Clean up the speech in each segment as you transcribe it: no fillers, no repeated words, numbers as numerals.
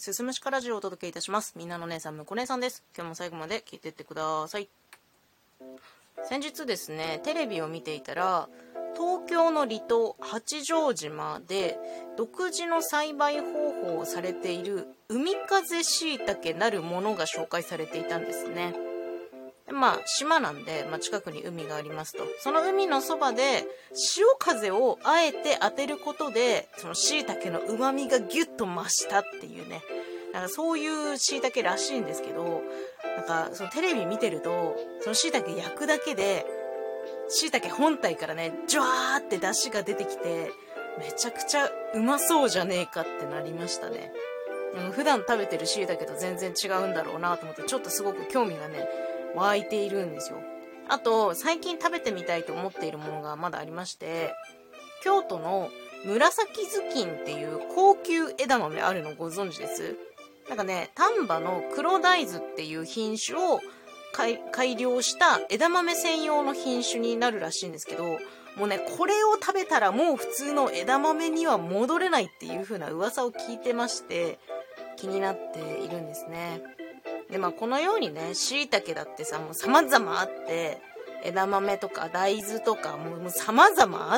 すすむしかラジオをお届けいたします。みんなの姉さん、むこ姉さんです。今日も最後まで聞いてってください。先日ですね、テレビを見ていたら、東京の離島八丈島で独自の栽培方法をされている海風しいたけなるものが紹介されていたんですね。島なんで、近くに海がありますと。その海のそばで潮風をあえて当てることで、そのしいたけの旨味がギュッと増したっていうね、そういうしいたけらしいんですけど、そのテレビ見てると、そのしいたけ焼くだけで、しいたけ本体からね、ジュワーって出汁が出てきて、めちゃくちゃうまそうじゃねえかってなりましたね。普段食べてるしいたけと全然違うんだろうなと思って、ちょっとすごく興味がね、湧いているんですよ。あと、最近食べてみたいと思っているものがまだありまして、京都の紫頭巾っていう高級枝豆あるのご存知です？丹波の黒大豆っていう品種を改良した枝豆専用の品種になるらしいんですけど、もうね、これを食べたらもう普通の枝豆には戻れないっていう風な噂を聞いてまして、気になっているんですね。で、このようにね、椎茸だってさ、もう様々あって、枝豆とか大豆とかもう様々あって、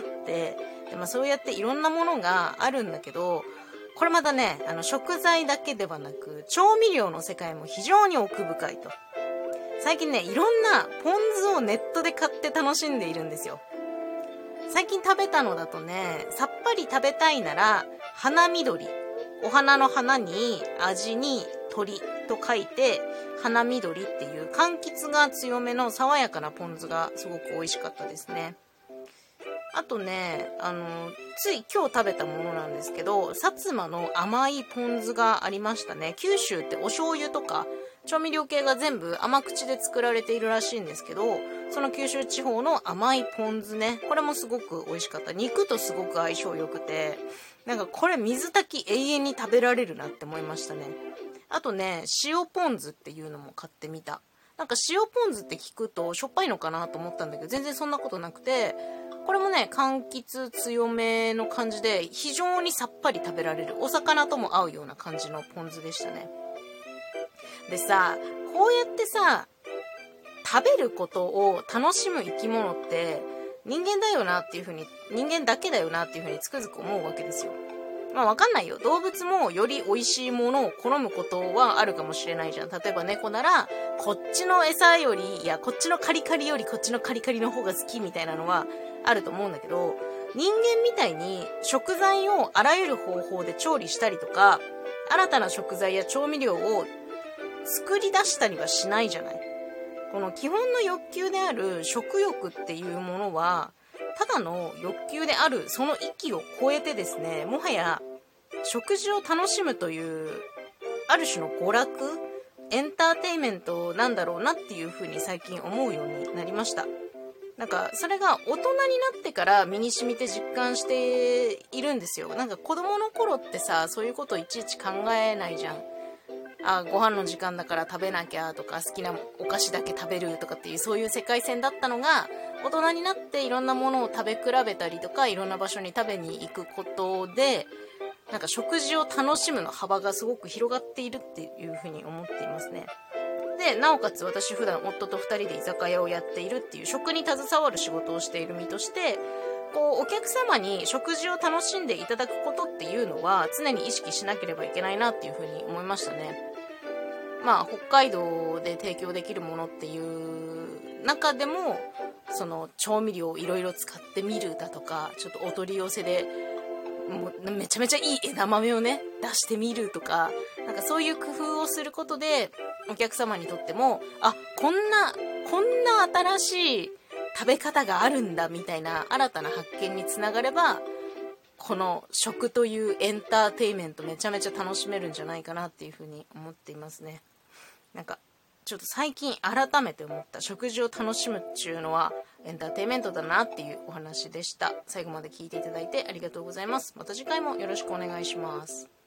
で、そうやっていろんなものがあるんだけど、これまたね、食材だけではなく、調味料の世界も非常に奥深いと。最近ね、いろんなポン酢をネットで買って楽しんでいるんですよ。最近食べたのだとね、さっぱり食べたいなら、花緑。お花の花に味に鳥と書いて、花緑っていう柑橘が強めの爽やかなポン酢がすごく美味しかったですね。あとね、つい今日食べたものなんですけど、薩摩の甘いポン酢がありましたね。九州ってお醤油とか調味料系が全部甘口で作られているらしいんですけど、その九州地方の甘いポン酢ね、これもすごく美味しかった。肉とすごく相性良くて、これ水炊き永遠に食べられるなって思いましたね。あとね、塩ポン酢っていうのも買ってみた。塩ポン酢って聞くとしょっぱいのかなと思ったんだけど、全然そんなことなくて、これもね、柑橘強めの感じで非常にさっぱり食べられる、お魚とも合うような感じのポン酢でしたね。でさ、こうやってさ、食べることを楽しむ生き物って人間だよなっていう風に、人間だけだよなっていう風につくづく思うわけですよ。わかんないよ。動物もより美味しいものを好むことはあるかもしれないじゃん。例えば猫なら、こっちの餌より、こっちのカリカリよりこっちのカリカリの方が好きみたいなのはあると思うんだけど、人間みたいに食材をあらゆる方法で調理したりとか、新たな食材や調味料を作り出したりはしないじゃない。この基本の欲求である食欲っていうものは、ただの欲求であるその域を超えてですね、もはや食事を楽しむというある種の娯楽、エンターテインメントなんだろうなっていうふうに最近思うようになりました。それが大人になってから身に染みて実感しているんですよ。子供の頃ってさ、そういうこといちいち考えないじゃん。ご飯の時間だから食べなきゃとか、好きなお菓子だけ食べるとかっていう、そういう世界線だったのが、大人になっていろんなものを食べ比べたりとか、いろんな場所に食べに行くことで、食事を楽しむの幅がすごく広がっているっていうふうに思っていますね。で、なおかつ私普段夫と2人で居酒屋をやっているっていう、食に携わる仕事をしている身として、お客様に食事を楽しんでいただくことっていうのは常に意識しなければいけないなっていうふうに思いましたね。北海道で提供できるものっていう中でも、その調味料をいろいろ使ってみるだとか、ちょっとお取り寄せでもうめちゃめちゃいい枝豆をね出してみるとか、そういう工夫をすることで、お客様にとっても、こんな新しい食べ方があるんだみたいな新たな発見につながれば、この食というエンターテインメントめちゃめちゃ楽しめるんじゃないかなっていうふうに思っていますね。ちょっと最近改めて思った、食事を楽しむっていうのはエンターテインメントだなっていうお話でした。最後まで聞いていただいてありがとうございます。また次回もよろしくお願いします。